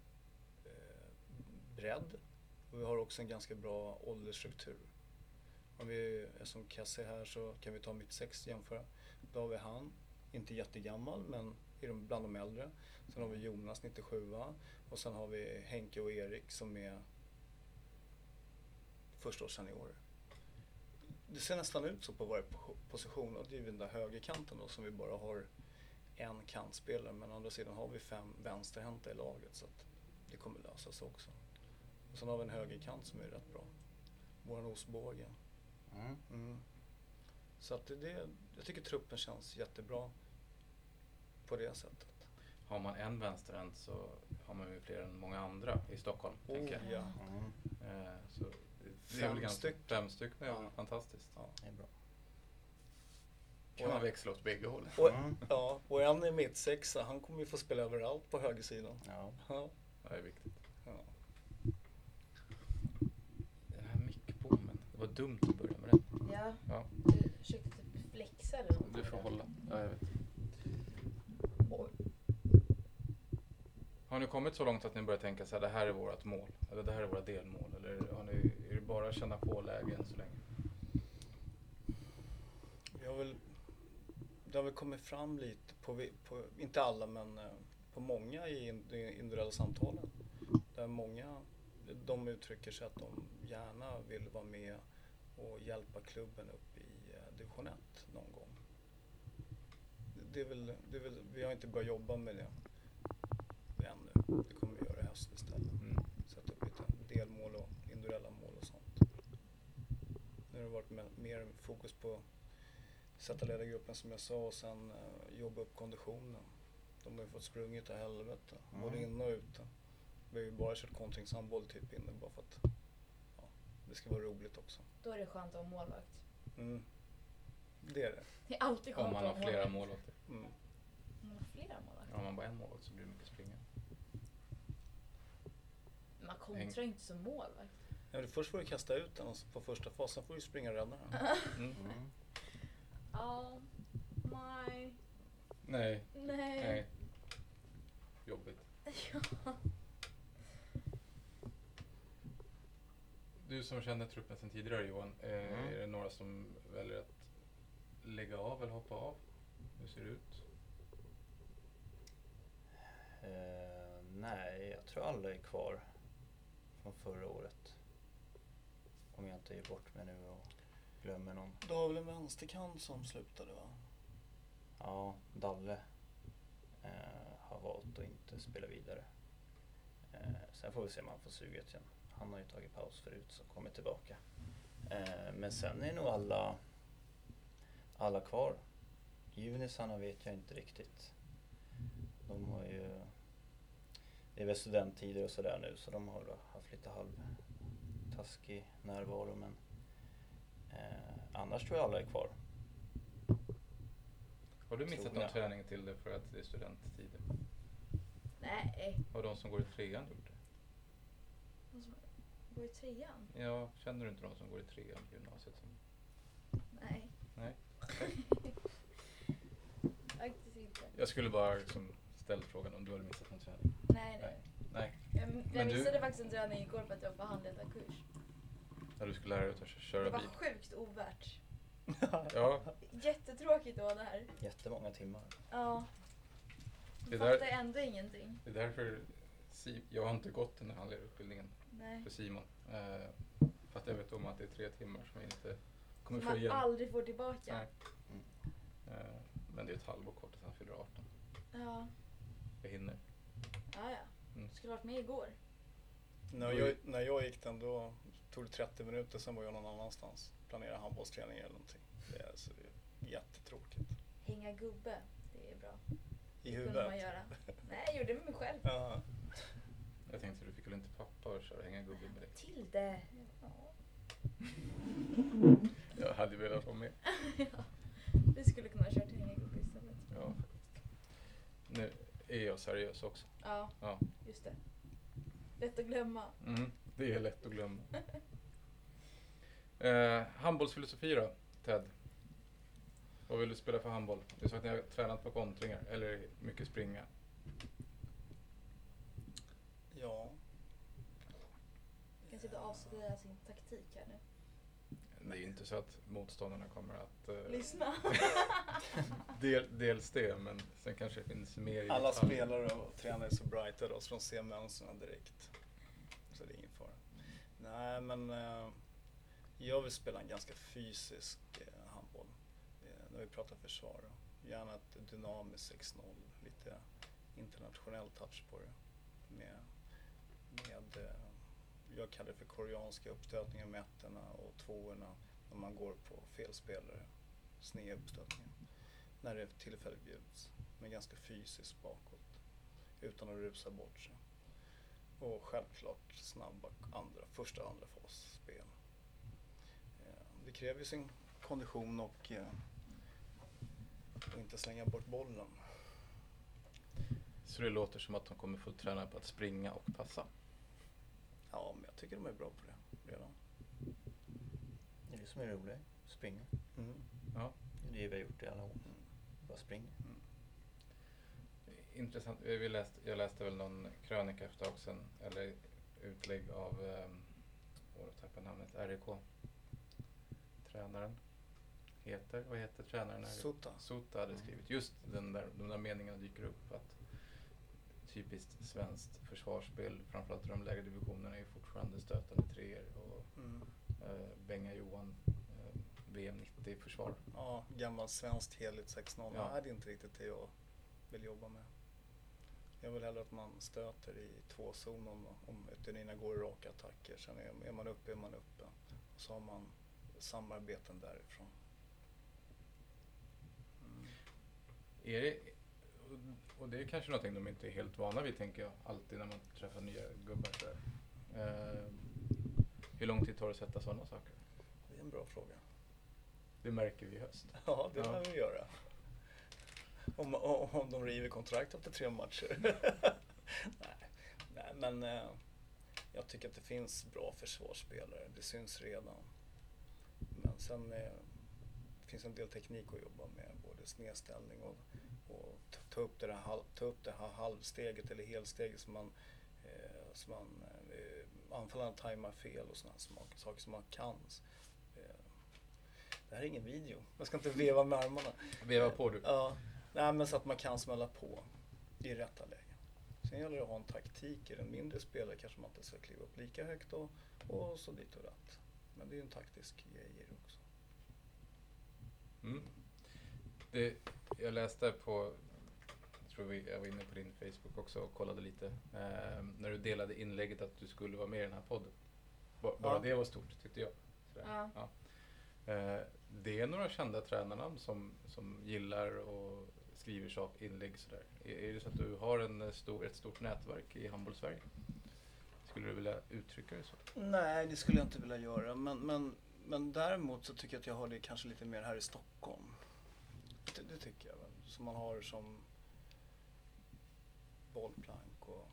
[SPEAKER 3] bredd. Och vi har också en ganska bra åldersstruktur. Om vi är som Kasse här så kan vi ta mitt 6 jämföra. Då har vi han, inte jättegammal men bland de äldre. Sen har vi Jonas 97 och sen har vi Henke och Erik som är förstaårsseniorer. Det ser nästan ut så på varje position och det är den där högerkanten då som vi bara har en kantspelare, men å andra sidan har vi 5 vänsterhänta i laget så att det kommer lösa sig också. Och sen har vi en högerkant som är rätt bra. Våran Osbåge. Så att jag tycker truppen känns jättebra på det sättet.
[SPEAKER 1] Har man en vänsterhänt så har man ju fler än många andra i Stockholm, tänker jag.
[SPEAKER 3] Ja.
[SPEAKER 1] Så det är väl 5 stycken är fantastiskt.
[SPEAKER 3] Ja.
[SPEAKER 4] Det är bra.
[SPEAKER 1] Kan man växla åt bägge håll.
[SPEAKER 3] Och en är mitt 6, han kommer ju få spela överallt på högersidan.
[SPEAKER 1] Ja. Det är viktigt.
[SPEAKER 3] Ja.
[SPEAKER 1] Den här mickbommen, det var dumt att börja med den.
[SPEAKER 2] Ja. Du försökte typ flexa eller något.
[SPEAKER 1] Du får hålla. Ja, jag vet. Har ni kommit så långt att ni börjar tänka så här, det här är vårt mål? Eller det här är våra delmål? Eller är det bara att känna på lägen så länge?
[SPEAKER 3] Det har väl kommit fram lite på inte alla, men på många i individuella samtalen. Där många, de uttrycker sig att de gärna vill vara med och hjälpa klubben upp i division 1 någon gång. Det är väl, vi har inte börjat jobba med det ännu. Det kommer vi göra i höst istället. Sätta upp lite delmål och individuella mål och sånt. Nu har det varit mer fokus på sätta ledargruppen som jag sa och sen jobba upp konditionen. De har ju fått sprungit till helvete, både in och ute. Vi har ju bara kört kontringshandboll typ inne bara för att det ska vara roligt också.
[SPEAKER 2] Då är det skönt att vara målvakt.
[SPEAKER 3] Det är det.
[SPEAKER 2] Det är alltid skönt
[SPEAKER 1] om man
[SPEAKER 2] att
[SPEAKER 1] har
[SPEAKER 2] vara
[SPEAKER 1] flera
[SPEAKER 2] målvakt.
[SPEAKER 1] målvakter.
[SPEAKER 2] Om man har flera målvakter?
[SPEAKER 1] Om man bara en målvakt så blir det mycket springa.
[SPEAKER 2] Man kontrar inte som målvakt.
[SPEAKER 3] Ja, först får du kasta ut den och på första fasen, sen får du springa och rädda den.
[SPEAKER 2] Nej.
[SPEAKER 1] Nej. Jobbigt.
[SPEAKER 2] Ja.
[SPEAKER 1] Du som känner truppen sedan tidigare, Johan, är det några som väljer att lägga av eller hoppa av? Hur ser det ut?
[SPEAKER 4] Nej, jag tror alla är kvar från förra året. Om jag inte är bort med nu och glömmer någon.
[SPEAKER 3] Du har väl en vänsterkant som slutade, va?
[SPEAKER 4] Ja, Dalle har valt att inte spela vidare. Sen får vi se om han får suget igen. Han har ju tagit paus förut så kommer tillbaka. Men sen är nog alla kvar. Junisarna vet jag inte riktigt. De har ju... Det är väl studenttider och sådär nu så de har haft lite halvtaskig närvaro men annars tror jag alla är kvar.
[SPEAKER 1] Har du missat någon träning till det för att det är studenttider?
[SPEAKER 2] Nej.
[SPEAKER 1] Har de som går i trean gjort det?
[SPEAKER 2] De som går i trean?
[SPEAKER 1] Ja, känner du inte de som går i trean på gymnasiet?
[SPEAKER 2] Nej.
[SPEAKER 1] Nej.
[SPEAKER 2] Faktiskt inte.
[SPEAKER 1] Jag skulle bara liksom ställa frågan om du hade missat någon träning. Nej.
[SPEAKER 2] Jag missade faktiskt en träning igår för att jag var på handledarkurs.
[SPEAKER 1] Ja, du skulle lära dig att köra bil.
[SPEAKER 2] Det var sjukt ovärt.
[SPEAKER 1] Ja.
[SPEAKER 2] Jättetråkigt att vara där.
[SPEAKER 4] Jättemånga timmar.
[SPEAKER 2] Ja.
[SPEAKER 1] Jag
[SPEAKER 2] fattar ändå ingenting.
[SPEAKER 1] Det är därför jag har inte gått den här handledarutbildningen för Simon. För att jag vet om att det är 3 timmar som jag inte kommer få igen.
[SPEAKER 2] Man aldrig får tillbaka.
[SPEAKER 1] Nej. Men det är ett halvår kort tills han fyller 18.
[SPEAKER 2] Ja.
[SPEAKER 1] Jag hinner.
[SPEAKER 2] Ja. Skulle varit med igår.
[SPEAKER 3] När jag gick den då tog det 30 minuter, sen var jag någon annanstans. Planera handbollsträning eller någonting. Det är jättetråkigt.
[SPEAKER 2] Hänga gubbe, det är bra.
[SPEAKER 3] I
[SPEAKER 2] det
[SPEAKER 3] huvudet?
[SPEAKER 2] Kunde man göra. Nej, jag gjorde det med mig själv.
[SPEAKER 3] Ja.
[SPEAKER 1] Jag tänkte du fick väl inte pappa att köra hänga gubbe med dig?
[SPEAKER 2] Till det. Ja.
[SPEAKER 1] Jag hade velat vara med.
[SPEAKER 2] Ja. Vi skulle kunna köra till hänga gubbe istället.
[SPEAKER 1] Ja, faktiskt. Nu är jag seriös också.
[SPEAKER 2] Ja. Just det. Lätt att glömma.
[SPEAKER 1] Det är lätt att glömma. Handbollsfilosofi då, Ted? Vad vill du spela för handboll? Du sa att ni har tränat på kontringar, eller mycket springa.
[SPEAKER 3] Ja.
[SPEAKER 2] Jag kan sitta och avslöja sin taktik här nu.
[SPEAKER 1] Det är ju inte så att motståndarna kommer att...
[SPEAKER 2] Lyssna.
[SPEAKER 1] Dels det, men sen kanske det finns mer i
[SPEAKER 3] alla
[SPEAKER 1] detalj.
[SPEAKER 3] spelare och tränare är så brighta då, så de ser mönstren direkt. Så det är ingen fara. Nej, men jag vill spela en ganska fysisk handboll. När vi pratar försvar. Gärna ett dynamiskt 6-0. Lite internationell touch på det. Med jag kallar det för koreanska uppstötningar med ettorna och tvåorna när man går på fel spelare. Sned uppstötningar. När det tillfälligt bjuds. Men ganska fysiskt bakåt. Utan att rusa bort sig. Och självklart snabba första och andra fasspel. Det kräver ju sin kondition och inte slänga bort bollen.
[SPEAKER 1] Så det låter som att de kommer få träna på att springa och passa?
[SPEAKER 3] Ja, men jag tycker de är bra på det redan.
[SPEAKER 4] Det är det som är roligt, springa.
[SPEAKER 1] Ja.
[SPEAKER 4] Det är det vi har gjort i alla år. Bara springa.
[SPEAKER 1] Intressant. Jag läste väl någon krönika efter också, eller utlägg av jag tappar namnet, RIK. Tränaren vad heter tränaren? Sota hade skrivit. Just de där meningarna dyker upp att typiskt svenskt försvarsspel, framförallt i de lägre divisionerna, är fortfarande stötande treor och Benga Johan VM 90 försvar.
[SPEAKER 3] Ja, gammalt svenskt heligt 6-0.
[SPEAKER 1] Ja.
[SPEAKER 3] Nej, det är inte riktigt det jag vill jobba med. Jag vill hellre att man stöter i 2-zonen om ytterdina går i raka attacker. Sen är man uppe. Och så har man samarbeten därifrån.
[SPEAKER 1] Är det, och det är kanske någonting de inte är helt vana vid, tänker jag, alltid när man träffar nya gubbar så där. Hur lång tid tar det att sätta sådana saker?
[SPEAKER 3] Det är en bra fråga.
[SPEAKER 1] Det märker vi i höst.
[SPEAKER 3] Ja, det kan vi göra. Om de river kontrakt efter 3 matcher. Nej, men jag tycker att det finns bra försvarsspelare. Det syns redan. Men sen det finns en del teknik att jobba med. Både snedställning och ta upp det här halvsteget eller helsteget som man anfallarna tajmar fel och sådana saker som man kan. Det här är ingen video. Man ska inte veva med armarna.
[SPEAKER 1] Veva på du.
[SPEAKER 3] Ja, nej, men så att man kan smälla på i rätta lägen. Sen gäller det att ha en taktik. I den mindre spelare kanske man inte ska kliva upp lika högt och så dit och rätt. Men det är ju en taktisk grej i det också.
[SPEAKER 1] Jag läste på, jag var inne på din Facebook också och kollade lite. När du delade inlägget att du skulle vara med i den här podden. Bara det var stort, tyckte jag. Ja. Det är några kända tränarnamn som gillar och skriver inlägg sådär. Är det så att du har ett stort nätverk i handboll-Sverige? Skulle du vilja uttrycka det så?
[SPEAKER 3] Nej, det skulle jag inte vilja göra. Men däremot så tycker jag att jag har det kanske lite mer här i Stockholm. Det tycker jag väl. Som man har som bollplank och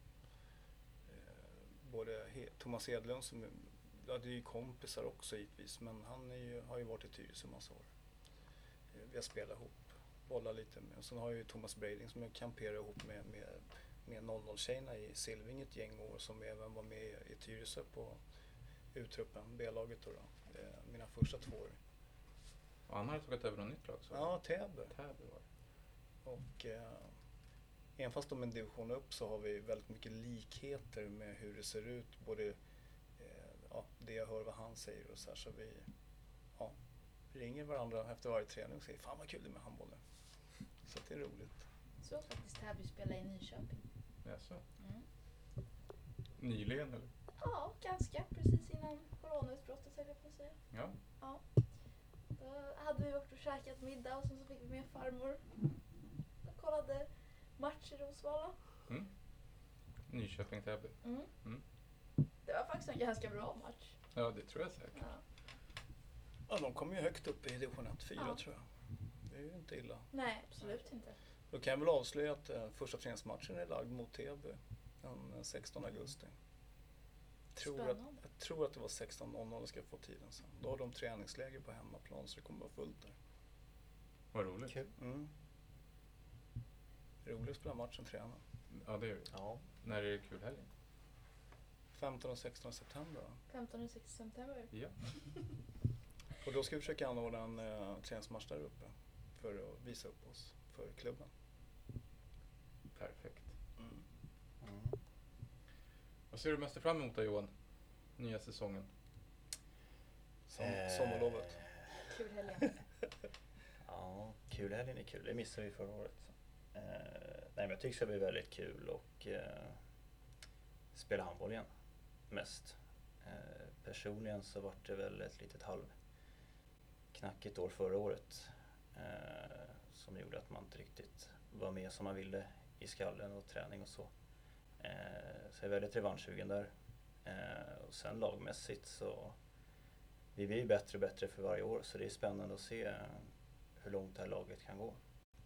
[SPEAKER 3] både Thomas Edlund som det är ju kompisar också givetvis, men han har ju varit i Tyresö en massa år. Vi har spelat ihop, bollat lite med. Och sen har ju Thomas Breiding som jag kamperar ihop med 00-tjejerna i Silving ett gäng år som även var med i Tyresö på uttruppen, B-laget då. Mina första 2 år.
[SPEAKER 1] Och han har tagit över något nytt lag? Så.
[SPEAKER 3] Ja, Täby.
[SPEAKER 1] Täby var det.
[SPEAKER 3] Och även fast de är en division upp så har vi väldigt mycket likheter med hur det ser ut. Både det jag hör vad han säger och så här, så vi ringer varandra efter varje träning och säger fan vad kul det är med handbollen. Så det är roligt.
[SPEAKER 2] Så faktiskt Täby spela i Nyköping.
[SPEAKER 1] Jaså? Nyligen eller?
[SPEAKER 2] Ja, ganska. Precis innan coronautbrottet höll jag på att säga.
[SPEAKER 1] Ja.
[SPEAKER 2] Då hade vi varit och käkat middag och sen så fick vi med farmor. Då kollade match i Rosvalla.
[SPEAKER 1] Nyköping-Täby.
[SPEAKER 2] Det var faktiskt en ganska bra match.
[SPEAKER 1] Ja, det tror jag säkert.
[SPEAKER 3] Ja, de kommer ju högt upp i division 1-4 tror jag. Det är ju inte illa.
[SPEAKER 2] Nej, absolut inte.
[SPEAKER 3] Då kan jag väl avslöja att första träningsmatchen är lagd mot Täby den 16 augusti. Jag tror att det var 16.00 ska få tiden sen. Då har de träningsläger på hemmaplan så det kommer vara fullt där.
[SPEAKER 1] Vad roligt.
[SPEAKER 3] Kul. Roligt att spela matchen träna.
[SPEAKER 1] Ja, det är det.
[SPEAKER 4] Ja.
[SPEAKER 1] När är det kul helgen?
[SPEAKER 3] 15 och 16 september.
[SPEAKER 2] 15 och 16 september.
[SPEAKER 1] Ja.
[SPEAKER 3] Och då ska vi försöka anordna en träningsmatch där uppe för att visa upp oss för klubben.
[SPEAKER 1] Perfekt. Vad ser du mest fram emot då, Johan? Nya säsongen?
[SPEAKER 3] Sommarlovet.
[SPEAKER 2] Kul helgen.
[SPEAKER 4] Ja, kul helgen är kul. Det missade vi förra året. Nej, men jag tycker det ska bli väldigt kul och spela handboll igen mest. Personligen så var det väl ett litet halvknackigt år förra året som gjorde att man inte riktigt var med som man ville i skallen och träning och så. Så jag är väldigt revanschsugen där. Och sen lagmässigt så vi blir bättre och bättre för varje år så det är spännande att se hur långt det här laget kan gå.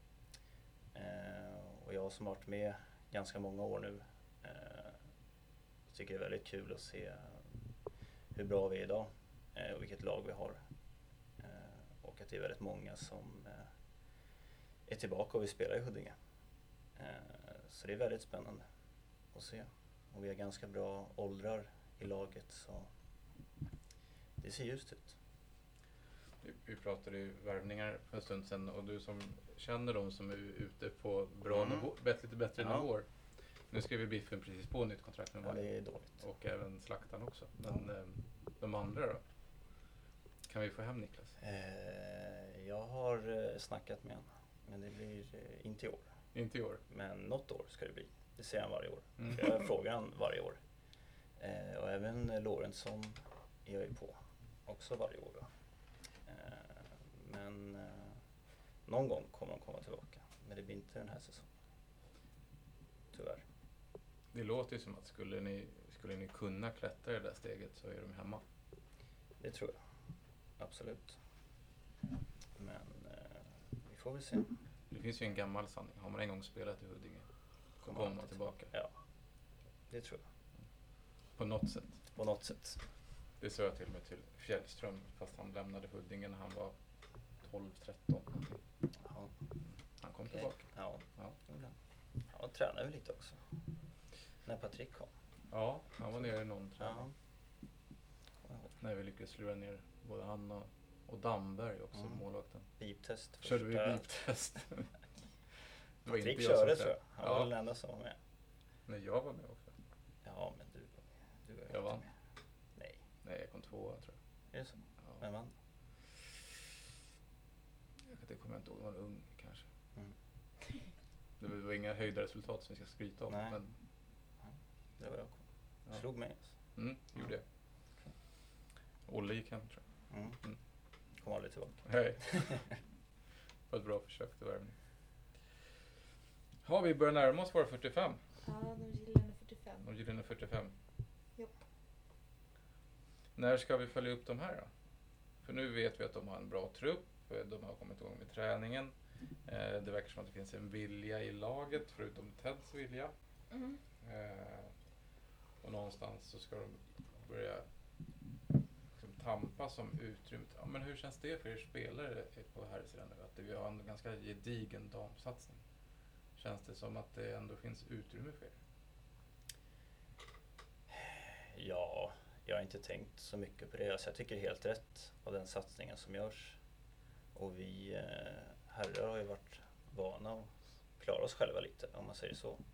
[SPEAKER 4] Och jag som har varit med ganska många år nu tycker det är väldigt kul att se hur bra vi är idag och vilket lag vi har. Och att det är väldigt många som är tillbaka och vill spela i Huddinge. Så det är väldigt spännande att se. Och vi har ganska bra åldrar i laget så det ser just ut.
[SPEAKER 1] Vi pratade ju värvningar för en stund sedan och du som känner de som är ute på bra nivå, lite bättre nivåer. Nu skriver Biffen precis på nytt kontrakt med
[SPEAKER 4] Ja, det är dåligt.
[SPEAKER 1] Och även Slaktan också. Men de andra då? Kan vi få hem Niklas?
[SPEAKER 4] Jag har snackat med honom, men det blir inte i år.
[SPEAKER 1] Inte i år?
[SPEAKER 4] Men något år ska det bli. Det säger han varje år. Jag frågar han varje år. Och även Lorentzon är jag ju på. Också varje år. Men någon gång kommer de komma tillbaka. Men det blir inte den här säsongen. Tyvärr.
[SPEAKER 1] Det låter ju som att skulle ni kunna klättra det där steget så är de hemma.
[SPEAKER 4] Det tror jag. Absolut. Men vi får väl se.
[SPEAKER 1] Det finns ju en gammal sanning. Har man en gång spelat i Huddinge så kommer man tillbaka.
[SPEAKER 4] Ja, det tror jag.
[SPEAKER 1] På något sätt.
[SPEAKER 4] På något sätt.
[SPEAKER 1] Det sa jag till och med till Fjällström fast han lämnade Huddinge när han var 12-13.
[SPEAKER 4] Ja.
[SPEAKER 1] Han kom tillbaka.
[SPEAKER 4] Ja. Han tränade väl lite också. När Patrik kom.
[SPEAKER 1] Ja, han var nere i någon träning.
[SPEAKER 4] Ja.
[SPEAKER 1] När vi lyckades lura ner både han och Damberg också, målvakten.
[SPEAKER 4] Beep-test.
[SPEAKER 1] Körde vi beep-test.
[SPEAKER 4] Patrik körde, tror jag. Han var den enda som var med.
[SPEAKER 1] Nej, jag var med också.
[SPEAKER 4] Ja, men du var
[SPEAKER 1] jag vann.
[SPEAKER 4] Med.
[SPEAKER 1] Nej, jag kom 2, tror jag.
[SPEAKER 4] Är det så?
[SPEAKER 1] Ja.
[SPEAKER 4] Vem vann?
[SPEAKER 1] Det kommer jag inte ihåg, det var en ung kanske. Det var inga höjda resultat som vi ska skryta om.
[SPEAKER 4] Nej.
[SPEAKER 1] Men...
[SPEAKER 4] Det var jag. Slog mig.
[SPEAKER 1] Gjorde jag. Olle gick hem, tror jag.
[SPEAKER 4] Kom aldrig tillbaka.
[SPEAKER 1] Hej. Var ett bra försök till värvning. Vi börjar närma oss våra 45.
[SPEAKER 2] Ja, de gyllene 45.
[SPEAKER 1] Jo. När ska vi följa upp de här då? För nu vet vi att de har en bra trupp. De har kommit igång med träningen. Det verkar som att det finns en vilja i laget, förutom Teds vilja. Och någonstans så ska de börja tampas om utrymmet. Ja, men hur känns det för er spelare på här sidan nu? Att vi har en ganska gedigen damsatsning. Känns det som att det ändå finns utrymme för er?
[SPEAKER 4] Ja, jag har inte tänkt så mycket på det. Alltså jag tycker det är helt rätt av den satsningen som görs. Och vi herrar har ju varit vana att klara oss själva lite, om man säger så,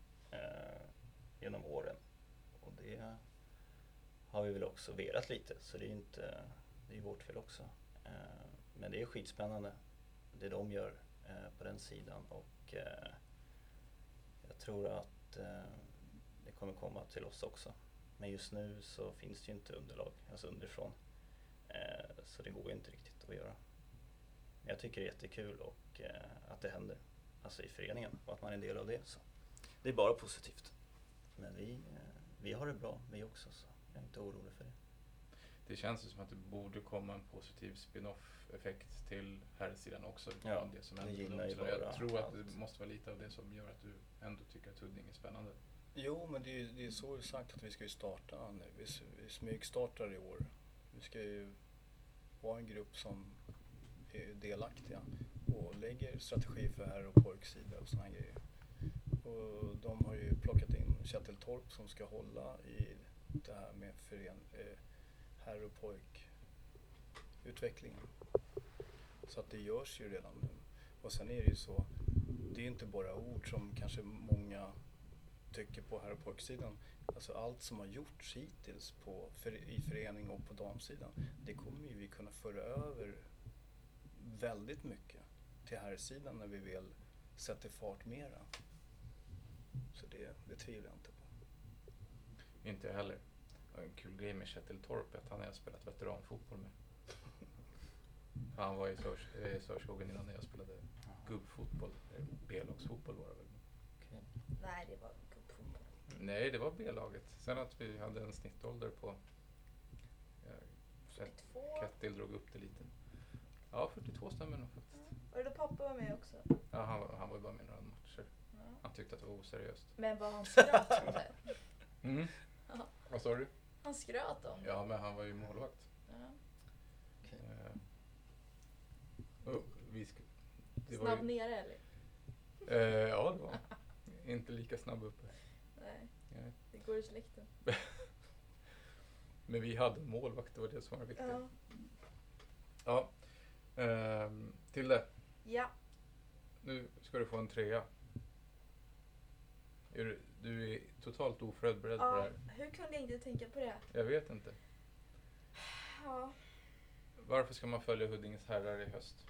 [SPEAKER 4] genom åren. Och det har vi väl också velat lite, så det är ju vårt fel också. Men det är skitspännande det de gör på den sidan, och jag tror att det kommer komma till oss också. Men just nu så finns det ju inte underlag, alltså underifrån. Så det går ju inte riktigt att göra. Men jag tycker det är jättekul och att det händer, alltså i föreningen, och att man är en del av det. Så det är bara positivt. Men vi har det bra, vi också, så jag är inte orolig för det.
[SPEAKER 1] Det känns ju som att det borde komma en positiv spin-off-effekt till här sidan också.
[SPEAKER 4] Ja,
[SPEAKER 1] det som
[SPEAKER 4] det gillar ju
[SPEAKER 1] så jag tror att
[SPEAKER 4] allt.
[SPEAKER 1] det måste vara lite av det som gör att du ändå tycker att Huddinge är spännande.
[SPEAKER 3] Jo, men det är så det sagt att vi ska ju starta nu. Vi smygstartar i år. Vi ska ju vara en grupp som är delaktiga och lägger strategi för herr- och pojksida och såna här grejer. Och de har ju plockat in Kjetil Torp som ska hålla i det här med herr- och pojkutvecklingen. Så att det görs ju redan nu. Och sen är det ju så, det är inte bara ord som kanske många tycker på herr- och pojksidan. Alltså allt som har gjorts hittills i förening och på damsidan, det kommer ju vi kunna föra över väldigt mycket till herrsidan när vi väl sätter fart mera. Så det tvivlar jag inte på.
[SPEAKER 1] Inte jag heller. En kul grej med Kjetil Torp är att han har spelat veteranfotboll med. Han var i Sörskogen innan jag spelade gubbfotboll. B-lagsfotboll var det väl.
[SPEAKER 4] Okay.
[SPEAKER 2] Nej, det var gubbfotboll.
[SPEAKER 1] Nej, det var B-laget. Sen att vi hade en snittålder på
[SPEAKER 2] 42.
[SPEAKER 1] Kettil drog upp det lite. Ja, 42 stämmer nog faktiskt.
[SPEAKER 2] Var det då pappa var med också?
[SPEAKER 1] Ja, han var ju bara med i några matcher.
[SPEAKER 2] Ja.
[SPEAKER 1] Han tyckte att det var oseriöst.
[SPEAKER 2] Men var han skröt om det? Ja.
[SPEAKER 1] Vad sa du?
[SPEAKER 2] Han skröt om det?
[SPEAKER 1] Ja, men han var ju målvakt.
[SPEAKER 2] Ja. Snabb nere eller?
[SPEAKER 1] Ja, det var inte lika snabb uppe.
[SPEAKER 2] Nej, det går i släkten.
[SPEAKER 1] Men vi hade en målvakt, det var det som var viktigt.
[SPEAKER 2] Ja.
[SPEAKER 1] Till det.
[SPEAKER 2] Ja.
[SPEAKER 1] Nu ska du få en 3. Du är totalt oförberedd på det här.
[SPEAKER 2] Hur kunde jag inte tänka på det?
[SPEAKER 1] Jag vet inte.
[SPEAKER 2] Ja.
[SPEAKER 1] Varför ska man följa Huddinges herrar i höst?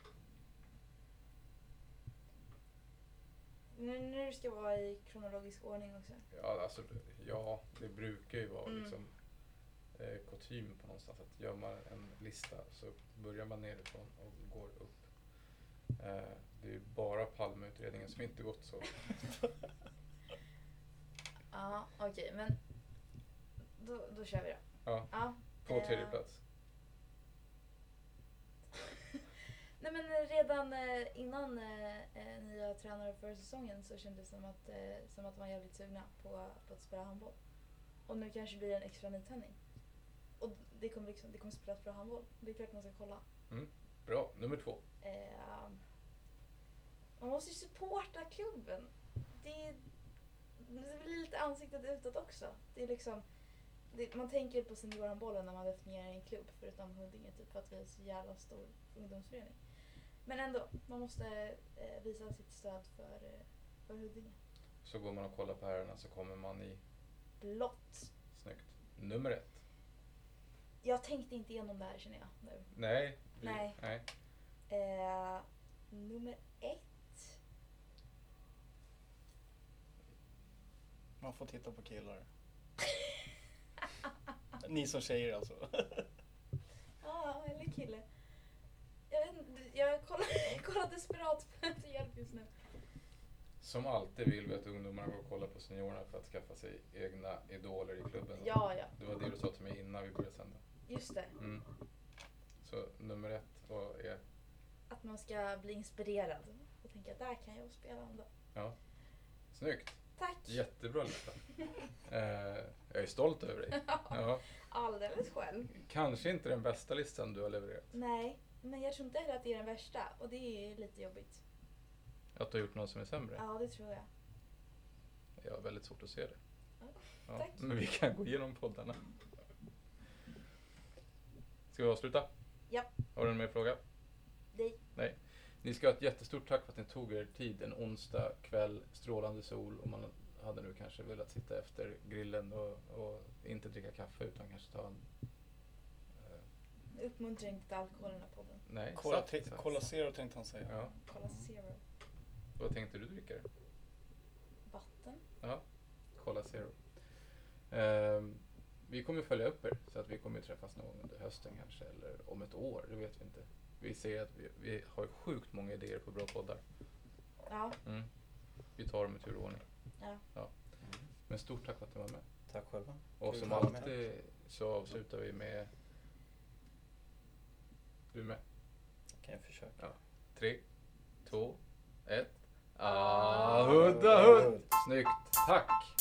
[SPEAKER 2] Nu ska vara i kronologisk ordning också.
[SPEAKER 1] Ja, det brukar ju vara liksom kutym på någonstans. Att gör man en lista så börjar man nerifrån och går upp. Det är ju bara Palmeutredningen som inte gått så.
[SPEAKER 2] Ja, okej, men då kör vi då.
[SPEAKER 1] Ja. På 3:e plats.
[SPEAKER 2] Nej, men redan innan nya tränare för säsongen så kändes det som att man var jävligt sugna på att spela handboll. Och nu kanske blir en extra nytändning. Och det kommer spelas bra handboll. Det är klart man ska kolla.
[SPEAKER 1] Bra, nummer 2.
[SPEAKER 2] Man måste ju supporta klubben. Det blir lite ansiktet utåt också. Det är liksom, man tänker på seniorhandbollen när man definierar en klubb, förutom Huddinge, typ, för att vi är så jävla stor ungdomsförening. Men ändå, man måste visa sitt stöd för Huddinge.
[SPEAKER 1] Så går man och kollar på herrarna så kommer man i
[SPEAKER 2] blått.
[SPEAKER 1] Snyggt. Nummer 1.
[SPEAKER 2] Jag tänkte inte igenom det här, känner jag nu.
[SPEAKER 1] Nej.
[SPEAKER 2] Nej. Nummer 1.
[SPEAKER 3] Man får titta på killar. Ni som tjejer alltså.
[SPEAKER 2] Ja, eller kille. Jag vet inte, jag kollar desperat på hjälp just nu.
[SPEAKER 1] Som alltid vill vi att ungdomarna går och kollar på seniorerna för att skaffa sig egna idoler i klubben.
[SPEAKER 2] Ja.
[SPEAKER 1] Det var det du sa till mig innan vi började sända.
[SPEAKER 2] Just det.
[SPEAKER 1] Mm. Så nummer 1 är...
[SPEAKER 2] Att man ska bli inspirerad och tänka att där kan jag spela ändå.
[SPEAKER 1] Ja, snyggt.
[SPEAKER 2] Tack.
[SPEAKER 1] Jättebra lista. Jag är stolt över dig. Ja.
[SPEAKER 2] Alldeles själv.
[SPEAKER 1] Kanske inte den bästa listan du har levererat.
[SPEAKER 2] Nej, men jag tror inte heller att det är den värsta. Och det är lite jobbigt.
[SPEAKER 1] Att du har gjort något som är sämre?
[SPEAKER 2] Ja, det tror jag.
[SPEAKER 1] Jag har väldigt svårt att se det.
[SPEAKER 2] Ja, tack.
[SPEAKER 1] Men vi kan gå igenom poddarna. Ska vi avsluta?
[SPEAKER 2] Ja.
[SPEAKER 1] Har du en mer fråga? Nej. Ni ska ha ett jättestort tack för att ni tog er tid en onsdag kväll, strålande sol, och man hade nu kanske velat sitta efter grillen och inte dricka kaffe utan kanske ta en...
[SPEAKER 2] Uppmuntrar inte till alkohol i den här podden.
[SPEAKER 1] Nej,
[SPEAKER 3] Cola Zero tänkte han säga.
[SPEAKER 1] Ja.
[SPEAKER 2] Cola Zero.
[SPEAKER 1] Vad tänkte du dricka?
[SPEAKER 2] Vatten.
[SPEAKER 1] Ja, Cola Zero. Vi kommer följa upp er, så att vi kommer träffas någon gång under hösten kanske, eller om ett år, det vet vi inte. Vi ser att vi har sjukt många idéer på bra poddar.
[SPEAKER 2] Ja.
[SPEAKER 1] Mm. Vi tar dem i tur och ordning.
[SPEAKER 2] Ja.
[SPEAKER 1] Men stort tack för att du var med.
[SPEAKER 4] Tack själva.
[SPEAKER 1] Och som alltid så avslutar vi med... Du med?
[SPEAKER 4] Kan jag försöka?
[SPEAKER 1] Ja. 3, 2, 1. Hudda Hudd! Snyggt, tack!